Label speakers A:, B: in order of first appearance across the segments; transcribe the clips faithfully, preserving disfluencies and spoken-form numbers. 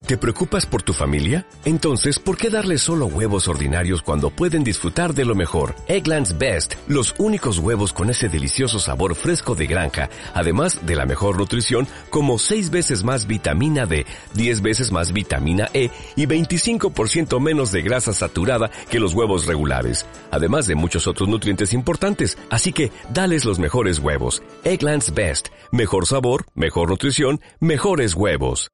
A: ¿Te preocupas por tu familia? Entonces, ¿por qué darles solo huevos ordinarios cuando pueden disfrutar de lo mejor? Eggland's Best, los únicos huevos con ese delicioso sabor fresco de granja, además de la mejor nutrición, como seis veces más vitamina D, diez veces más vitamina E y veinticinco por ciento menos de grasa saturada que los huevos regulares, además de muchos otros nutrientes importantes. Así que, dales los mejores huevos. Eggland's Best, mejor sabor, mejor nutrición, mejores huevos.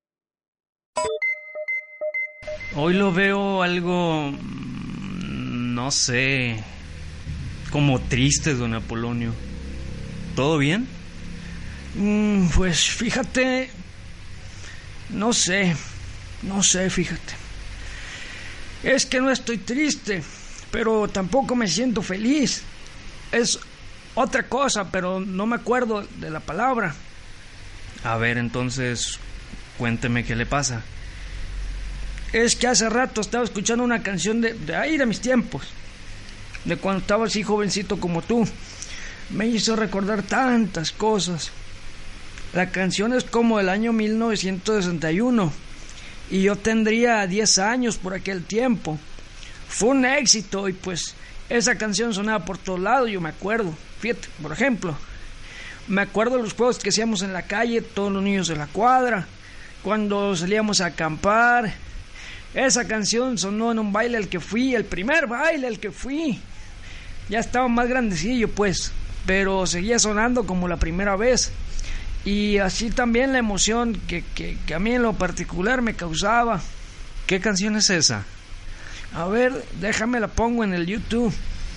B: Hoy lo veo algo, no sé, como triste, don Apolonio. ¿Todo bien?
C: Mm, pues fíjate, no sé, no sé, fíjate. Es que no estoy triste, pero tampoco me siento feliz. Es otra cosa, pero no me acuerdo de la palabra.
B: A ver, entonces, cuénteme qué le pasa.
C: Es que hace rato estaba escuchando una canción de, de ahí de mis tiempos, de cuando estaba así jovencito como tú. Me hizo recordar tantas cosas. La canción es como del año mil novecientos sesenta y uno y yo tendría diez años por aquel tiempo. Fue un éxito y pues esa canción sonaba por todos lados, yo me acuerdo. Fíjate, por ejemplo, me acuerdo de los juegos que hacíamos en la calle, todos los niños de la cuadra, cuando salíamos a acampar. Esa canción sonó en un baile al que fui, el primer baile al que fui. Ya estaba más grandecillo, pues, pero seguía sonando como la primera vez. Y así también la emoción que, que, que a mí en lo particular me causaba.
B: ¿Qué canción es esa?
C: A ver, déjame la pongo en el YouTube.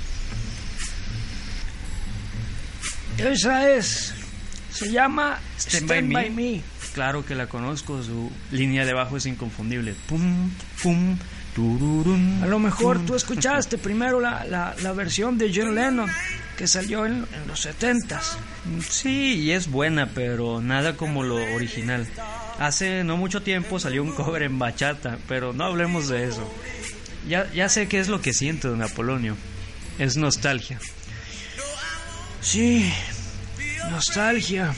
C: Esa es, se llama
B: Stand,
C: Stand
B: by,
C: by
B: Me.
C: Me.
B: Claro que la conozco, su línea de bajo es inconfundible. Pum, pum, tururún.
C: A lo mejor tú escuchaste primero la, la, la versión de John Lennon, que salió en, en los setentas.
B: Sí, y es buena, pero nada como lo original. Hace no mucho tiempo salió un cover en bachata, pero no hablemos de eso. Ya, ya sé qué es lo que siento, don Apolonio. Es nostalgia.
C: Sí, nostalgia.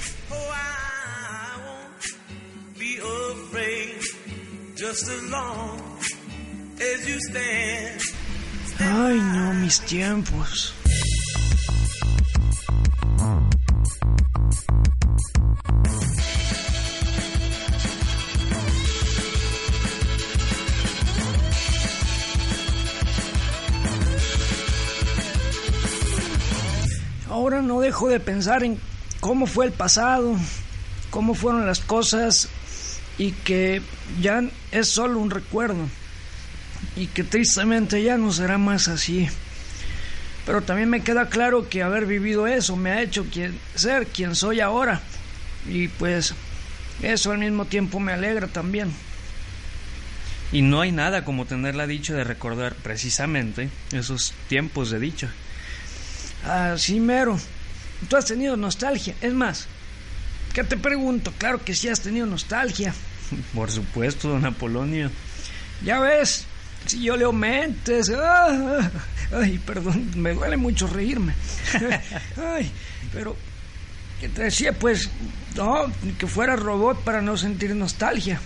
C: Ay, no, mis tiempos. Ahora no dejo de pensar en cómo fue el pasado, cómo fueron las cosas y que ya es solo un recuerdo y que tristemente ya no será más así. Pero también me queda claro que haber vivido eso me ha hecho quien, ser quien soy ahora y pues eso al mismo tiempo me alegra también.
B: Y no hay nada como tener la dicha de recordar precisamente esos tiempos de dicha.
C: Así mero. Tú has tenido nostalgia. Es más, ¿qué te pregunto? Claro que sí has tenido nostalgia.
B: Por supuesto, don Apolonio.
C: Ya ves, si yo leo mentes. Ah, ay, perdón, me duele mucho reírme. Ay, pero que te decía, pues, no, que fuera robot para no sentir nostalgia.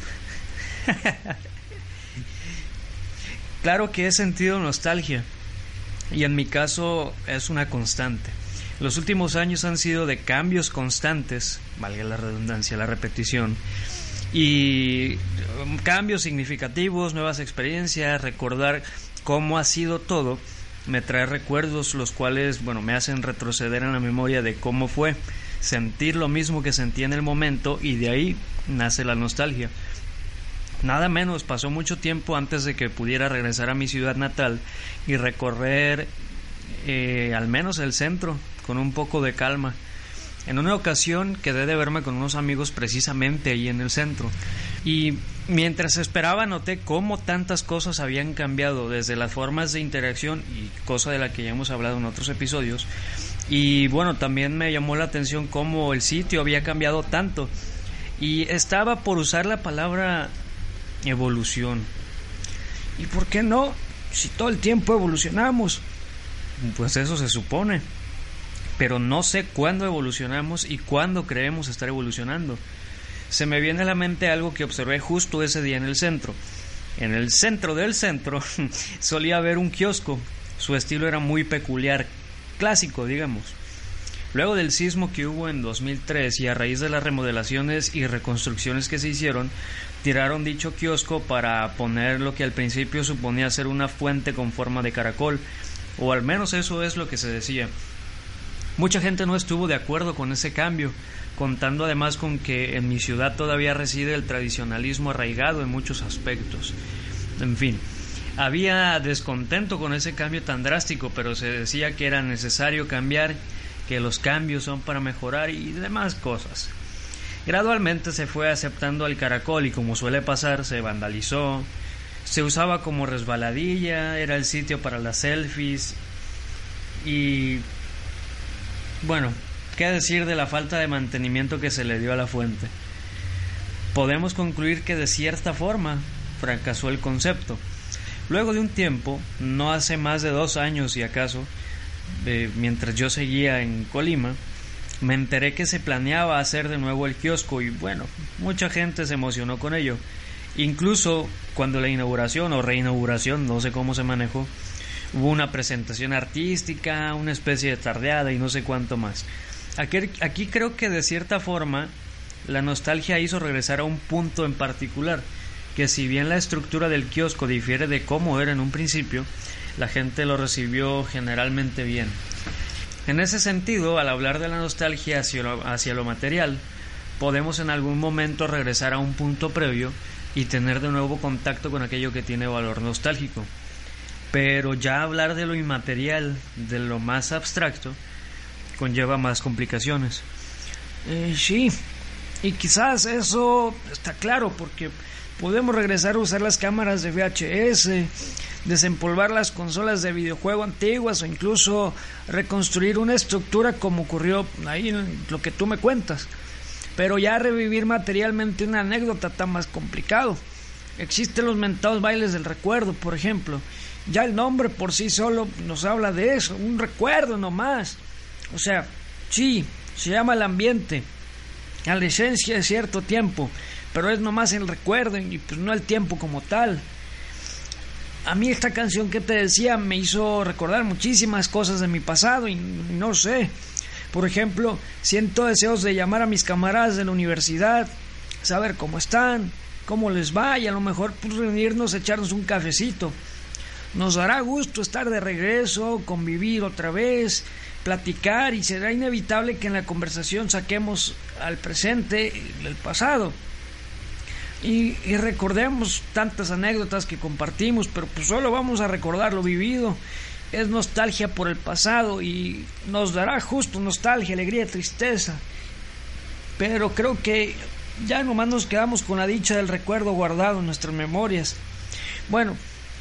B: Claro que he sentido nostalgia. Y en mi caso es una constante. Los últimos años han sido de cambios constantes, valga la redundancia, la repetición, y cambios significativos, nuevas experiencias, recordar cómo ha sido todo, me trae recuerdos los cuales, bueno, me hacen retroceder en la memoria de cómo fue, sentir lo mismo que sentí en el momento y de ahí nace la nostalgia. Nada menos, pasó mucho tiempo antes de que pudiera regresar a mi ciudad natal y recorrer eh, al menos el centro con un poco de calma. En una ocasión quedé de verme con unos amigos precisamente ahí en el centro y mientras esperaba noté cómo tantas cosas habían cambiado desde las formas de interacción y cosa de la que ya hemos hablado en otros episodios, y bueno, también me llamó la atención cómo el sitio había cambiado tanto y estaba por usar la palabra evolución.
C: ¿Y por qué no? Si todo el tiempo evolucionamos.
B: Pues eso se supone, pero no sé cuándo evolucionamos y cuándo creemos estar evolucionando. se me viene a la mente algo que observé justo ese día en el centro. En el centro del centro solía haber un kiosco. Su estilo era muy peculiar, clásico, digamos. Luego del sismo que hubo en dos mil tres y a raíz de las remodelaciones y reconstrucciones que se hicieron, tiraron dicho kiosco para poner lo que al principio suponía ser una fuente con forma de caracol, o al menos eso es lo que se decía. Mucha gente no estuvo de acuerdo con ese cambio, contando además con que en mi ciudad todavía reside el tradicionalismo arraigado en muchos aspectos. En fin, había descontento con ese cambio tan drástico, pero se decía que era necesario cambiar, que los cambios son para mejorar y demás cosas. Gradualmente se fue aceptando el caracol y, como suele pasar, se vandalizó, se usaba como resbaladilla, era el sitio para las selfies y... bueno, ¿qué decir de la falta de mantenimiento que se le dio a la fuente? Podemos concluir que de cierta forma fracasó el concepto. Luego de un tiempo, no hace más de dos años si acaso, eh, mientras yo seguía en Colima, me enteré que se planeaba hacer de nuevo el kiosco y bueno, mucha gente se emocionó con ello. Incluso cuando la inauguración o reinauguración, no sé cómo se manejó, hubo una presentación artística, una especie de tardeada y no sé cuánto más. Aquí, aquí creo que de cierta forma la nostalgia hizo regresar a un punto en particular, que si bien la estructura del kiosco difiere de cómo era en un principio, la gente lo recibió generalmente bien. En ese sentido, al hablar de la nostalgia hacia lo, hacia lo material, podemos en algún momento regresar a un punto previo y tener de nuevo contacto con aquello que tiene valor nostálgico. Pero ya hablar de lo inmaterial, de lo más abstracto, conlleva más complicaciones.
C: Eh, sí, y quizás eso está claro, porque podemos regresar a usar las cámaras de V H S, desempolvar las consolas de videojuego antiguas o incluso reconstruir una estructura como ocurrió ahí en lo que tú me cuentas. Pero ya revivir materialmente una anécdota está más complicado. Existen los mentados bailes del recuerdo, por ejemplo. Ya el nombre por sí solo nos habla de eso, un recuerdo nomás. O sea, sí, se llama el ambiente, a la esencia de cierto tiempo, pero es nomás el recuerdo y pues no el tiempo como tal. A mí esta canción que te decía me hizo recordar muchísimas cosas de mi pasado y no sé. Por ejemplo, siento deseos de llamar a mis camaradas de la universidad, saber cómo están, cómo les va y a lo mejor pues reunirnos, echarnos un cafecito. Nos dará gusto estar de regreso, convivir otra vez, platicar y será inevitable que en la conversación saquemos al presente el pasado. Y, y recordemos tantas anécdotas que compartimos, pero pues solo vamos a recordar lo vivido. Es nostalgia por el pasado y nos dará justo nostalgia, alegría, tristeza. Pero creo que ya nomás nos quedamos con la dicha del recuerdo guardado en nuestras memorias. Bueno,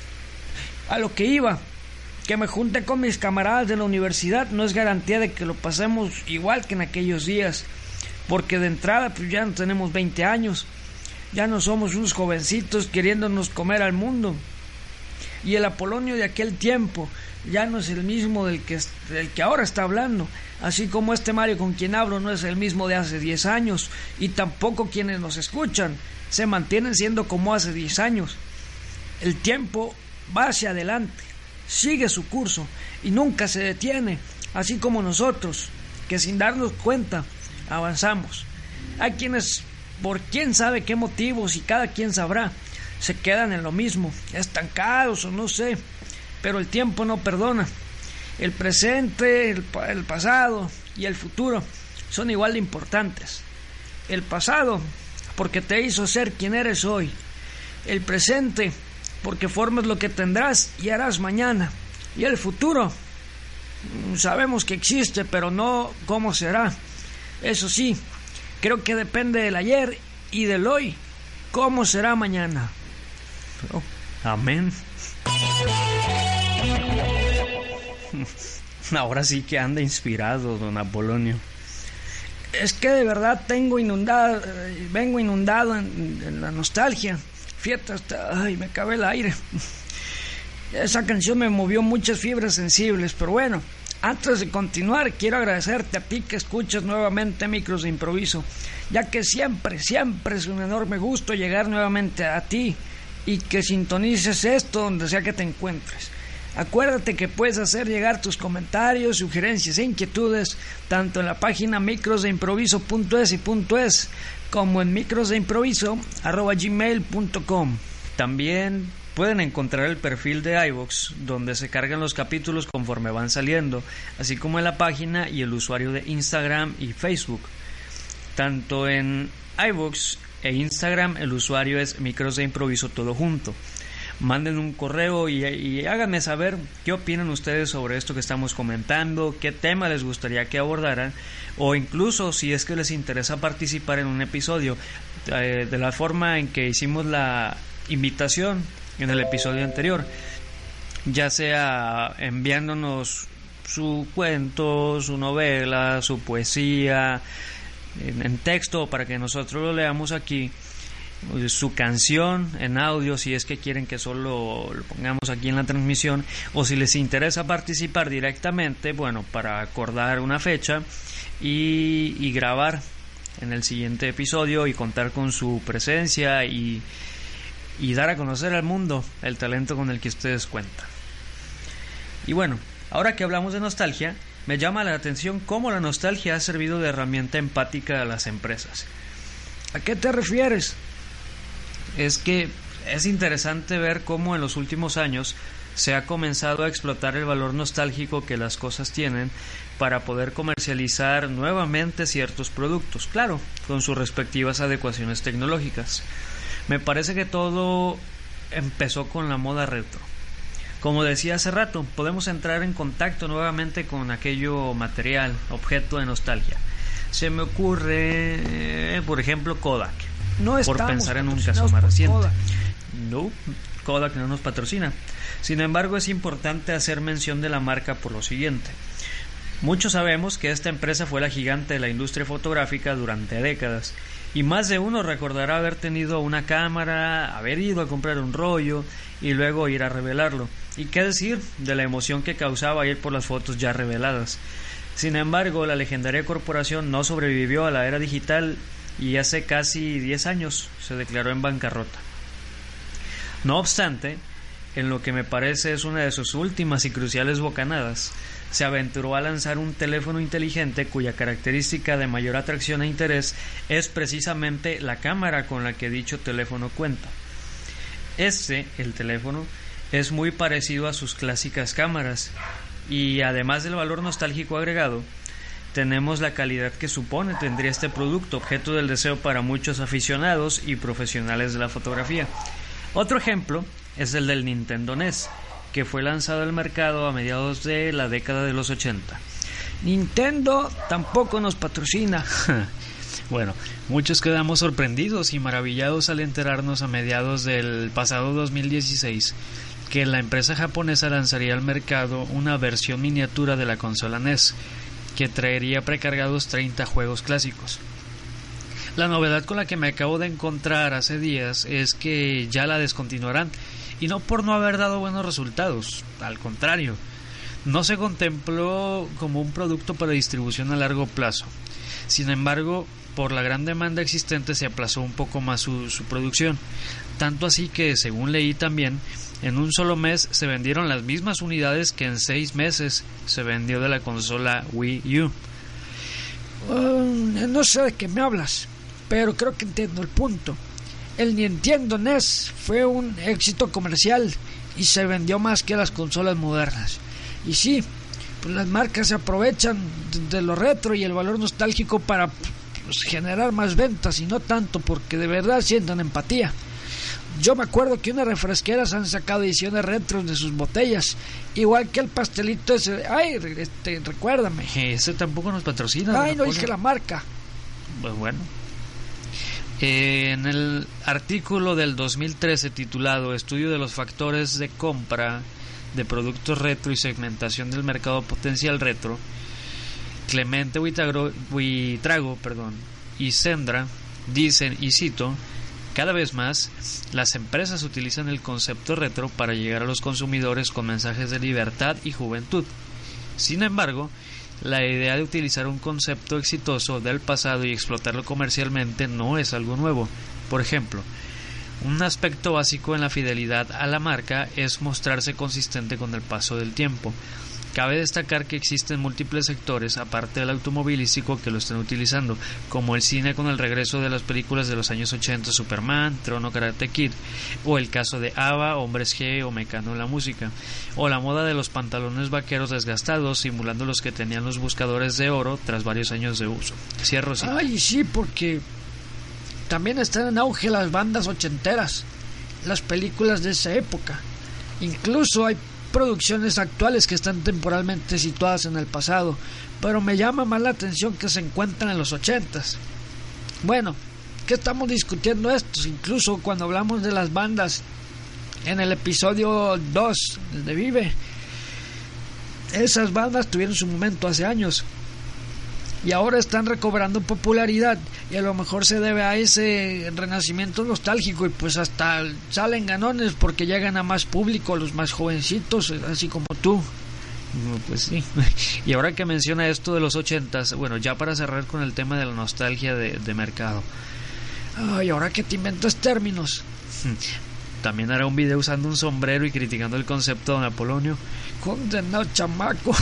C: a lo que iba, que me junte con mis camaradas de la universidad no es garantía de que lo pasemos igual que en aquellos días, porque de entrada pues ya no tenemos veinte años. Ya no somos unos jovencitos queriéndonos comer al mundo. Y el Apolonio de aquel tiempo ya no es el mismo del que, del que ahora está hablando. Así como este Mario con quien hablo no es el mismo de hace diez años. Y tampoco quienes nos escuchan se mantienen siendo como hace diez años. El tiempo va hacia adelante, sigue su curso y nunca se detiene. Así como nosotros, que sin darnos cuenta avanzamos. Hay quienes, por quién sabe qué motivos y cada quien sabrá, se quedan en lo mismo, estancados o no sé, pero el tiempo no perdona. El presente, el, el pasado y el futuro son igual de importantes. El pasado, porque te hizo ser quien eres hoy. El presente, porque formas lo que tendrás y harás mañana. Y el futuro, sabemos que existe, pero no cómo será. Eso sí, creo que depende del ayer y del hoy, cómo será mañana.
B: Oh, amén. Ahora sí que anda inspirado, don Apolonio.
C: Es que de verdad tengo inundado, vengo inundado en, en la nostalgia. Fíjate, hasta, ay, me cabe el aire. Esa canción me movió muchas fibras sensibles, pero bueno, Antes de continuar, quiero agradecerte a ti que escuchas nuevamente Micros de Improviso, ya que siempre, siempre es un enorme gusto llegar nuevamente a ti y que sintonices esto donde sea que te encuentres. Acuérdate que puedes hacer llegar tus comentarios, sugerencias e inquietudes tanto en la página microsdeimproviso punto es y .es como en microsdeimproviso arroba gmail punto com.
B: También pueden encontrar el perfil de iVoox, donde se cargan los capítulos conforme van saliendo, así como en la página y el usuario de Instagram y Facebook. Tanto en iVoox e Instagram el usuario es Micros de Improviso todo junto. Manden un correo y, y háganme saber qué opinan ustedes sobre esto que estamos comentando, qué tema les gustaría que abordaran, o incluso si es que les interesa participar en un episodio, eh, de la forma en que hicimos la invitación en el episodio anterior, ya sea enviándonos su cuento, su novela, su poesía en, en texto para que nosotros lo leamos aquí, su canción en audio si es que quieren que solo lo pongamos aquí en la transmisión, o si les interesa participar directamente, bueno, para acordar una fecha y, y grabar en el siguiente episodio y contar con su presencia y, y dar a conocer al mundo el talento con el que ustedes cuentan. Y bueno, ahora que hablamos de nostalgia, me llama la atención cómo la nostalgia ha servido de herramienta empática a las empresas.
C: ¿A qué te refieres?
B: Es que es interesante ver cómo en los últimos años se ha comenzado a explotar el valor nostálgico que las cosas tienen para poder comercializar nuevamente ciertos productos, claro, con sus respectivas adecuaciones tecnológicas. Me parece que todo empezó con la moda retro. Como decía hace rato, podemos entrar en contacto nuevamente con aquello material, objeto de nostalgia. Se me ocurre, eh, por ejemplo, Kodak.
C: No
B: por pensar en un caso más reciente. Kodak. No, Kodak no nos patrocina. Sin embargo, es importante hacer mención de la marca por lo siguiente. Muchos sabemos que esta empresa fue la gigante de la industria fotográfica durante décadas, y más de uno recordará haber tenido una cámara, haber ido a comprar un rollo y luego ir a revelarlo. Y qué decir de la emoción que causaba ir por las fotos ya reveladas. Sin embargo, la legendaria corporación no sobrevivió a la era digital y hace casi diez años se declaró en bancarrota. No obstante, en lo que me parece es una de sus últimas y cruciales bocanadas, se aventuró a lanzar un teléfono inteligente cuya característica de mayor atracción e interés es precisamente la cámara con la que dicho teléfono cuenta. Este, el teléfono, es muy parecido a sus clásicas cámaras y además del valor nostálgico agregado, tenemos la calidad que supone tendría este producto, objeto del deseo para muchos aficionados y profesionales de la fotografía. Otro ejemplo es el del Nintendo N E S, que fue lanzado al mercado a mediados de la década de los ochenta.
C: Nintendo tampoco nos patrocina.
B: Bueno, muchos quedamos sorprendidos y maravillados al enterarnos a mediados del pasado dos mil dieciséis que la empresa japonesa lanzaría al mercado una versión miniatura de la consola N E S, que traería precargados treinta juegos clásicos. La novedad con la que me acabo de encontrar hace días es que ya la descontinuarán, y no por no haber dado buenos resultados, al contrario, no se contempló como un producto para distribución a largo plazo. Sin embargo, por la gran demanda existente se aplazó un poco más su, su producción, tanto así que, según leí también, en un solo mes se vendieron las mismas unidades que en seis meses se vendió de la consola Wii U.
C: Uh, no sé de qué me hablas, pero creo que entiendo el punto. El Nintendo N E S fue un éxito comercial y se vendió más que las consolas modernas. Y sí, pues las marcas se aprovechan de lo retro y el valor nostálgico para pues, generar más ventas, y no tanto porque de verdad sientan empatía. Yo me acuerdo que unas refresqueras han sacado ediciones retro de sus botellas, igual que el pastelito ese. Ay, este, recuérdame.
B: Ese tampoco nos patrocina.
C: Ay, no dije la marca.
B: Pues bueno. Eh, en el artículo del dos mil trece titulado Estudio de los factores de compra de productos retro y segmentación del mercado potencial retro, Clemente Buitrago, Buitrago perdón, y Sendra dicen, y cito: cada vez más, las empresas utilizan el concepto retro para llegar a los consumidores con mensajes de libertad y juventud. Sin embargo, la idea de utilizar un concepto exitoso del pasado y explotarlo comercialmente no es algo nuevo. Por ejemplo, un aspecto básico en la fidelidad a la marca es mostrarse consistente con el paso del tiempo. Cabe destacar que existen múltiples sectores, aparte del automovilístico, que lo están utilizando, como el cine con el regreso de las películas de los años ochenta, Superman, Trono, Karate Kid, o el caso de ABBA, Hombres G o Mecano en la música, o la moda de los pantalones vaqueros desgastados, simulando los que tenían los buscadores de oro tras varios años de uso. Cierro sí.
C: Ay, sí, porque también están en auge las bandas ochenteras, las películas de esa época. Incluso hay producciones actuales que están temporalmente situadas en el pasado, pero me llama más la atención que se encuentran en los ochentas. Bueno, ¿qué estamos discutiendo esto? Incluso cuando hablamos de las bandas en el episodio dos de Vive, esas bandas tuvieron su momento hace años y ahora están recobrando popularidad, y a lo mejor se debe a ese renacimiento nostálgico, y pues hasta salen ganones porque llegan a más público, los más jovencitos, así como tú.
B: No, pues sí. Y ahora que menciona esto de los ochentas, bueno, ya para cerrar con el tema de la nostalgia de, de mercado.
C: Ay, ahora que te inventas términos.
B: También hará un video usando un sombrero y criticando el concepto de Apolonio.
C: Condenado chamaco.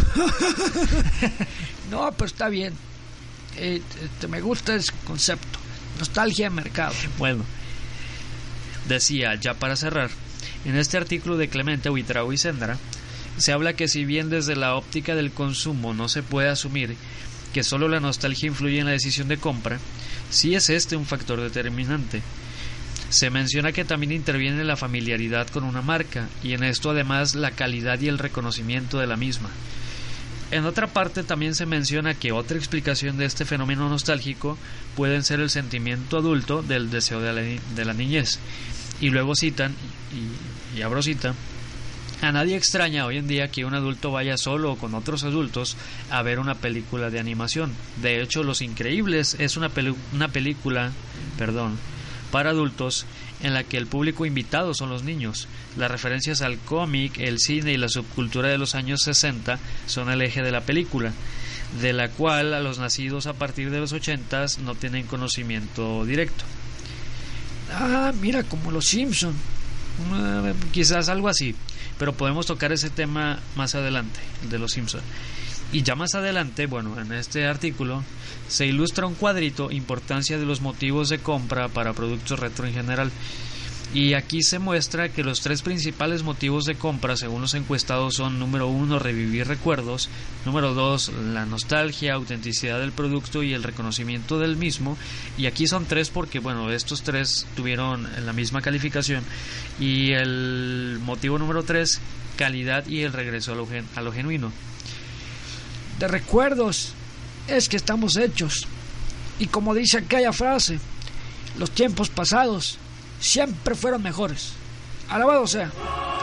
C: No, pero está bien. Eh, te, me gusta ese concepto, nostalgia de mercado.
B: Bueno, decía, ya para cerrar, en este artículo de Clemente Buitrago y Séndara se habla que si bien desde la óptica del consumo no se puede asumir que solo la nostalgia influye en la decisión de compra, sí es este un factor determinante. Se menciona que también interviene la familiaridad con una marca, y en esto además la calidad y el reconocimiento de la misma. En otra parte también se menciona que otra explicación de este fenómeno nostálgico puede ser el sentimiento adulto del deseo de la, ni- de la niñez. Y luego citan, y, y abro cita, a nadie extraña hoy en día que un adulto vaya solo o con otros adultos a ver una película de animación. De hecho, Los Increíbles es una, pelu- una película, perdón, para adultos en la que el público invitado son los niños. Las referencias al cómic, el cine y la subcultura de los años sesenta son el eje de la película, de la cual a los nacidos a partir de los ochentas no tienen conocimiento directo.
C: Ah, mira, como los Simpson.
B: Uh, quizás algo así, pero podemos tocar ese tema más adelante, el de los Simpson. Y ya más adelante, bueno, en este artículo se ilustra un cuadrito, importancia de los motivos de compra para productos retro en general. Y aquí se muestra que los tres principales motivos de compra según los encuestados son: número uno, revivir recuerdos; número dos, la nostalgia, autenticidad del producto y el reconocimiento del mismo. Y aquí son tres porque, bueno, estos tres tuvieron la misma calificación. Y el motivo número tres, calidad y el regreso a lo, gen- a lo genuino.
C: De recuerdos es que estamos hechos, y como dice aquella frase, los tiempos pasados siempre fueron mejores. Alabado sea.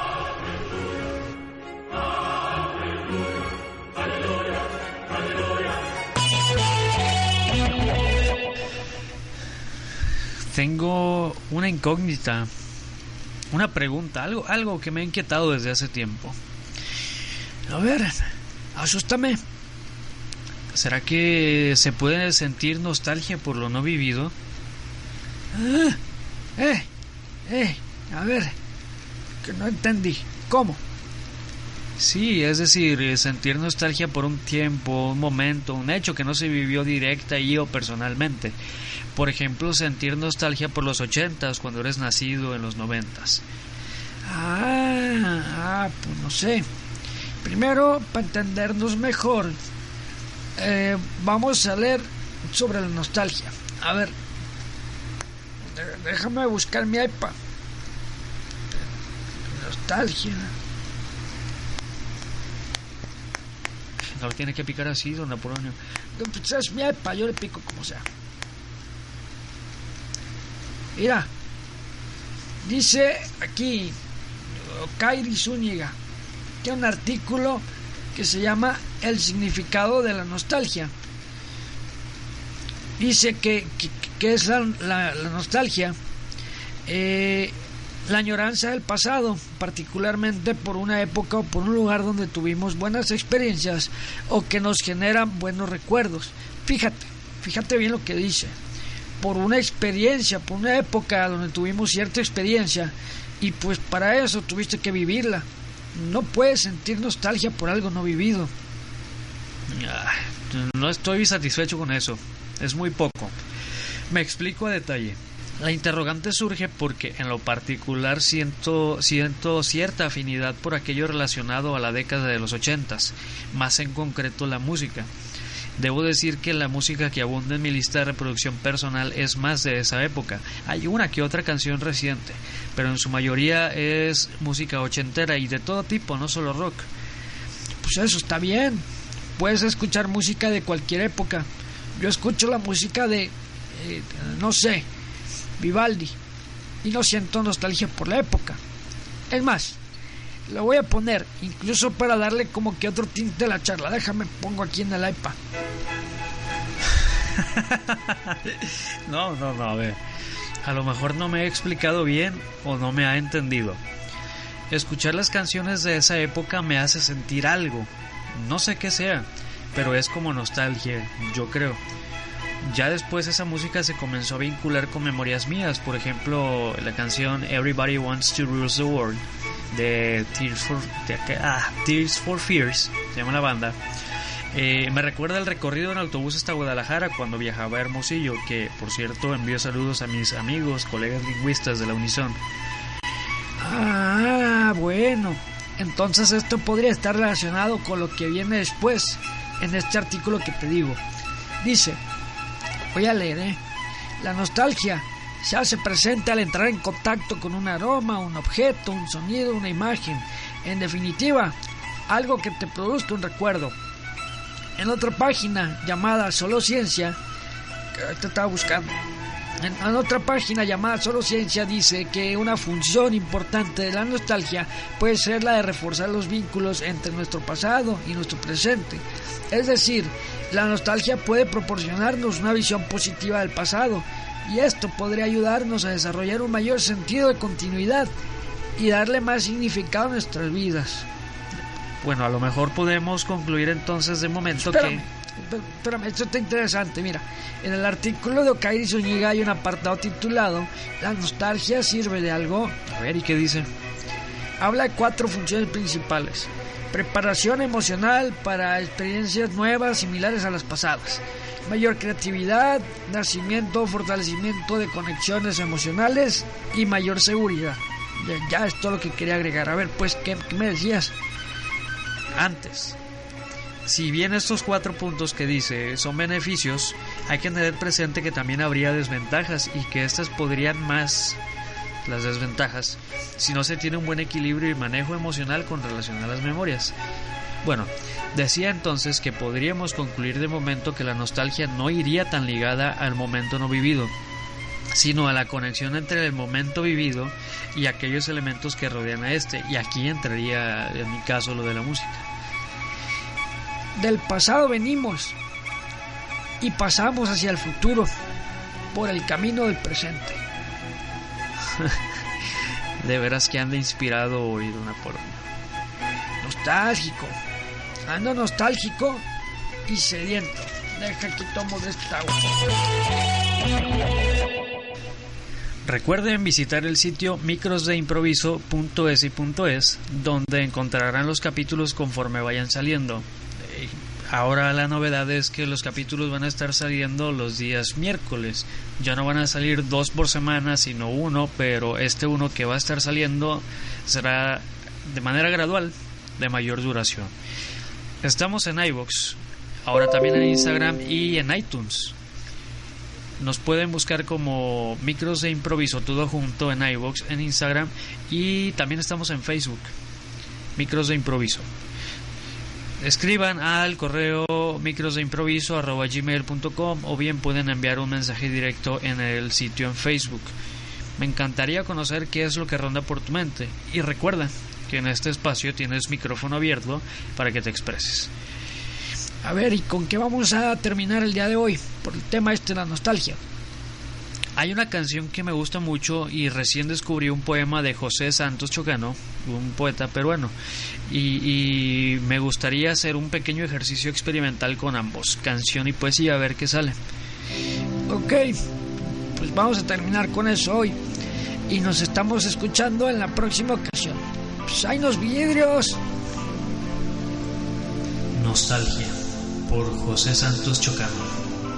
B: Tengo una incógnita, una pregunta, algo, algo que me ha inquietado desde hace tiempo.
C: A ver, asústame.
B: ¿Será que se puede sentir nostalgia por lo no vivido?
C: Ah, eh, eh, a ver, que no entendí. ¿Cómo?
B: Sí, es decir, sentir nostalgia por un tiempo, un momento, un hecho que no se vivió directa y o personalmente. Por ejemplo, sentir nostalgia por los ochentas cuando eres nacido en los noventas.
C: Ah, ah, pues no sé. Primero, para entendernos mejor, eh, vamos a leer sobre la nostalgia. A ver, de- déjame buscar mi iPad. Nostalgia.
B: No lo tiene que picar así, don Apolonio.
C: No, pues es mi iPad, yo le pico como sea. Mira, dice aquí Kairi Zúñiga, tiene un artículo que se llama El significado de la nostalgia. Dice que, que, que es la, la, la nostalgia. Eh, La añoranza del pasado, particularmente por una época o por un lugar donde tuvimos buenas experiencias o que nos generan buenos recuerdos. Fíjate, fíjate bien lo que dice. Por una experiencia, por una época donde tuvimos cierta experiencia y pues para eso tuviste que vivirla. No puedes sentir nostalgia por algo no vivido.
B: No estoy satisfecho con eso. Es muy poco. Me explico a detalle. La interrogante surge porque en lo particular siento, siento cierta afinidad por aquello relacionado a la década de los ochentas, más en concreto la música. Debo decir que la música que abunda en mi lista de reproducción personal es más de esa época. Hay una que otra canción reciente, pero en su mayoría es música ochentera y de todo tipo, no solo rock.
C: Pues eso está bien. Puedes escuchar música de cualquier época. Yo escucho la música de, eh, no sé, Vivaldi, y no siento nostalgia por la época. Es más, lo voy a poner incluso para darle como que otro tinte a la charla. Déjame, pongo aquí en el iPad.
B: No, no, no, a ver. A lo mejor no me he explicado bien o no me ha entendido. Escuchar las canciones de esa época me hace sentir algo. No sé qué sea, pero es como nostalgia, yo creo. Ya después esa música se comenzó a vincular con memorias mías. Por ejemplo, la canción Everybody Wants to Rule the World de Tears for, de, ah, Tears for Fears, se llama la banda. Eh, me recuerda el recorrido en autobús hasta Guadalajara cuando viajaba a Hermosillo, que por cierto envío saludos a mis amigos, colegas lingüistas de la Unison.
C: Ah, bueno, entonces esto podría estar relacionado con lo que viene después en este artículo que te digo. Dice, voy a leer, ¿eh? La nostalgia se hace presente al entrar en contacto con un aroma, un objeto, un sonido, una imagen. En definitiva, algo que te produzca un recuerdo. En otra página llamada Solo Ciencia, que te estaba buscando, en, en otra página llamada Solo Ciencia dice que una función importante de la nostalgia puede ser la de reforzar los vínculos entre nuestro pasado y nuestro presente. Es decir, la nostalgia puede proporcionarnos una visión positiva del pasado y esto podría ayudarnos a desarrollar un mayor sentido de continuidad y darle más significado a nuestras vidas.
B: Bueno, a lo mejor podemos concluir entonces de momento
C: espérame,
B: que...
C: Espérame, esto está interesante. Mira, en el artículo de Ocairi Zúñiga hay un apartado titulado La nostalgia sirve de algo.
B: A ver, ¿y qué dice?
C: Habla de cuatro funciones principales. Preparación emocional para experiencias nuevas similares a las pasadas. Mayor creatividad, nacimiento, fortalecimiento de conexiones emocionales y mayor seguridad. Ya, ya es todo lo que quería agregar. A ver, pues, ¿qué, qué me decías?
B: Antes, si bien estos cuatro puntos que dice son beneficios, hay que tener presente que también habría desventajas y que estas podrían más las desventajas si no se tiene un buen equilibrio y manejo emocional con relación a las memorias. Bueno, decía entonces que podríamos concluir de momento que la nostalgia no iría tan ligada al momento no vivido, sino a la conexión entre el momento vivido y aquellos elementos que rodean a este, y aquí entraría en mi caso lo de la música.
C: Del pasado venimos y pasamos hacia el futuro por el camino del presente.
B: De veras que anda inspirado oír una poronga.
C: Nostálgico, ando nostálgico y sediento. Deja que tomo de esta agua.
B: Recuerden visitar el sitio micros de improviso punto es y punto es, donde encontrarán los capítulos conforme vayan saliendo. Ahora la novedad es que los capítulos van a estar saliendo los días miércoles. Ya no van a salir dos por semana, sino uno, pero este uno que va a estar saliendo será de manera gradual, de mayor duración. Estamos en iVoox, ahora también en Instagram y en iTunes. Nos pueden buscar como Micros de Improviso, todo junto, en iVoox, en Instagram, y también estamos en Facebook, Micros de Improviso. Escriban al correo microsdeimproviso arroba gmail punto com o bien pueden enviar un mensaje directo en el sitio en Facebook. Me encantaría conocer qué es lo que ronda por tu mente, y recuerda que en este espacio tienes micrófono abierto para que te expreses.
C: A ver, ¿y con qué vamos a terminar el día de hoy? Por el tema este de la nostalgia.
B: Hay una canción que me gusta mucho y recién descubrí un poema de José Santos Chocano, un poeta peruano, y, y me gustaría hacer un pequeño ejercicio experimental con ambos, canción y poesía, a ver qué sale.
C: Ok, pues vamos a terminar con eso hoy y nos estamos escuchando en la próxima ocasión. Pues hay unos vidrios.
B: Nostalgia, por José Santos Chocano.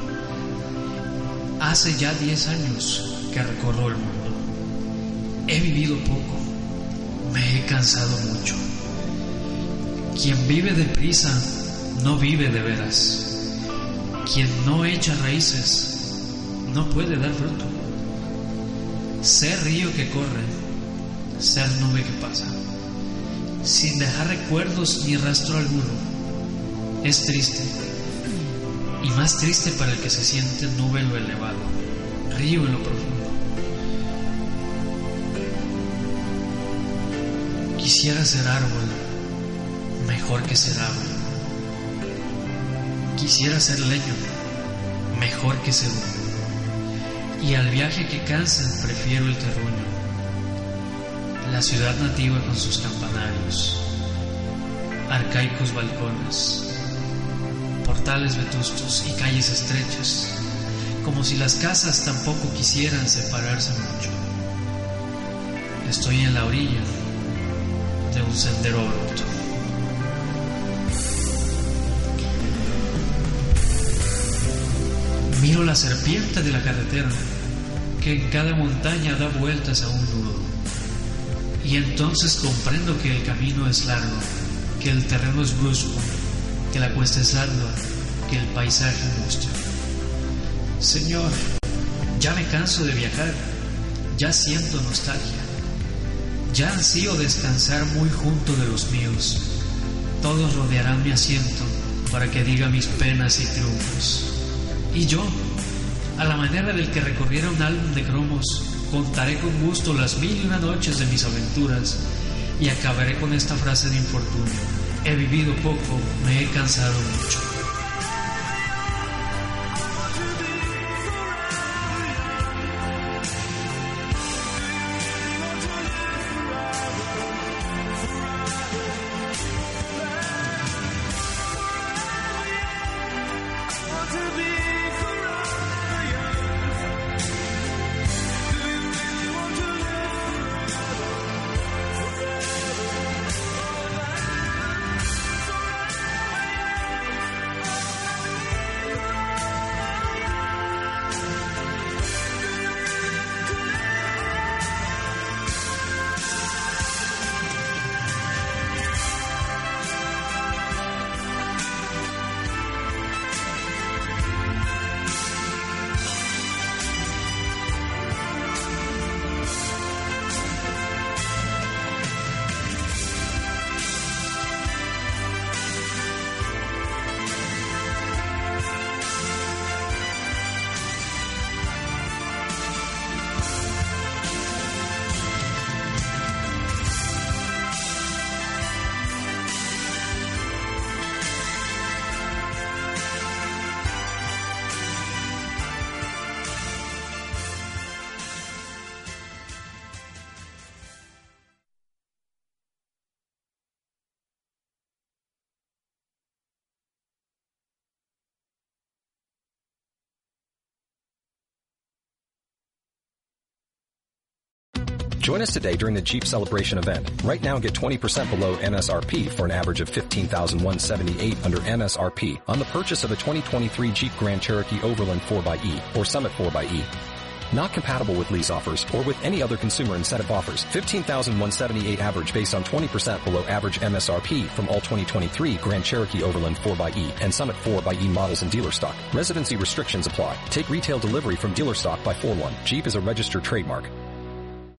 B: Hace ya diez años que recorro el mundo. He vivido poco, me he cansado mucho. Quien vive deprisa no vive de veras. Quien no echa raíces no puede dar fruto. Ser río que corre, ser nube que pasa, sin dejar recuerdos ni rastro alguno. Es triste, y más triste para el que se siente nube en lo elevado, río en lo profundo. Quisiera ser árbol, mejor que ser árbol. Quisiera ser leño, mejor que ser humo. Y al viaje que cansa prefiero el terruño, la ciudad nativa con sus campanarios, arcaicos balcones, portales vetustos y calles estrechas, como si las casas tampoco quisieran separarse mucho. Estoy en la orilla de un sendero abrupto. Miro la serpiente de la carretera que en cada montaña da vueltas a un nudo, y entonces comprendo que el camino es largo, que el terreno es brusco, que la cuesta es ardua, que el paisaje angustia. Señor, ya me canso de viajar, ya siento nostalgia, ya ansío descansar muy junto de los míos. Todos rodearán mi asiento para que diga mis penas y triunfos. Y yo, a la manera del que recorriera un álbum de cromos, contaré con gusto las mil y una noches de mis aventuras y acabaré con esta frase de infortunio: he vivido poco, me he cansado mucho.
D: Join us today during the Jeep Celebration event. Right now, get twenty percent below M S R P for an average of fifteen thousand one hundred seventy-eight dollars under M S R P on the purchase of a twenty twenty-three Jeep Grand Cherokee Overland four by E or Summit four by E. Not compatible with lease offers or with any other consumer incentive offers. fifteen thousand one hundred seventy-eight dollars average based on twenty percent below average M S R P from all twenty twenty-three Grand Cherokee Overland four by E and Summit four by E models in dealer stock. Residency restrictions apply. Take retail delivery from dealer stock by four one. Jeep is a registered trademark.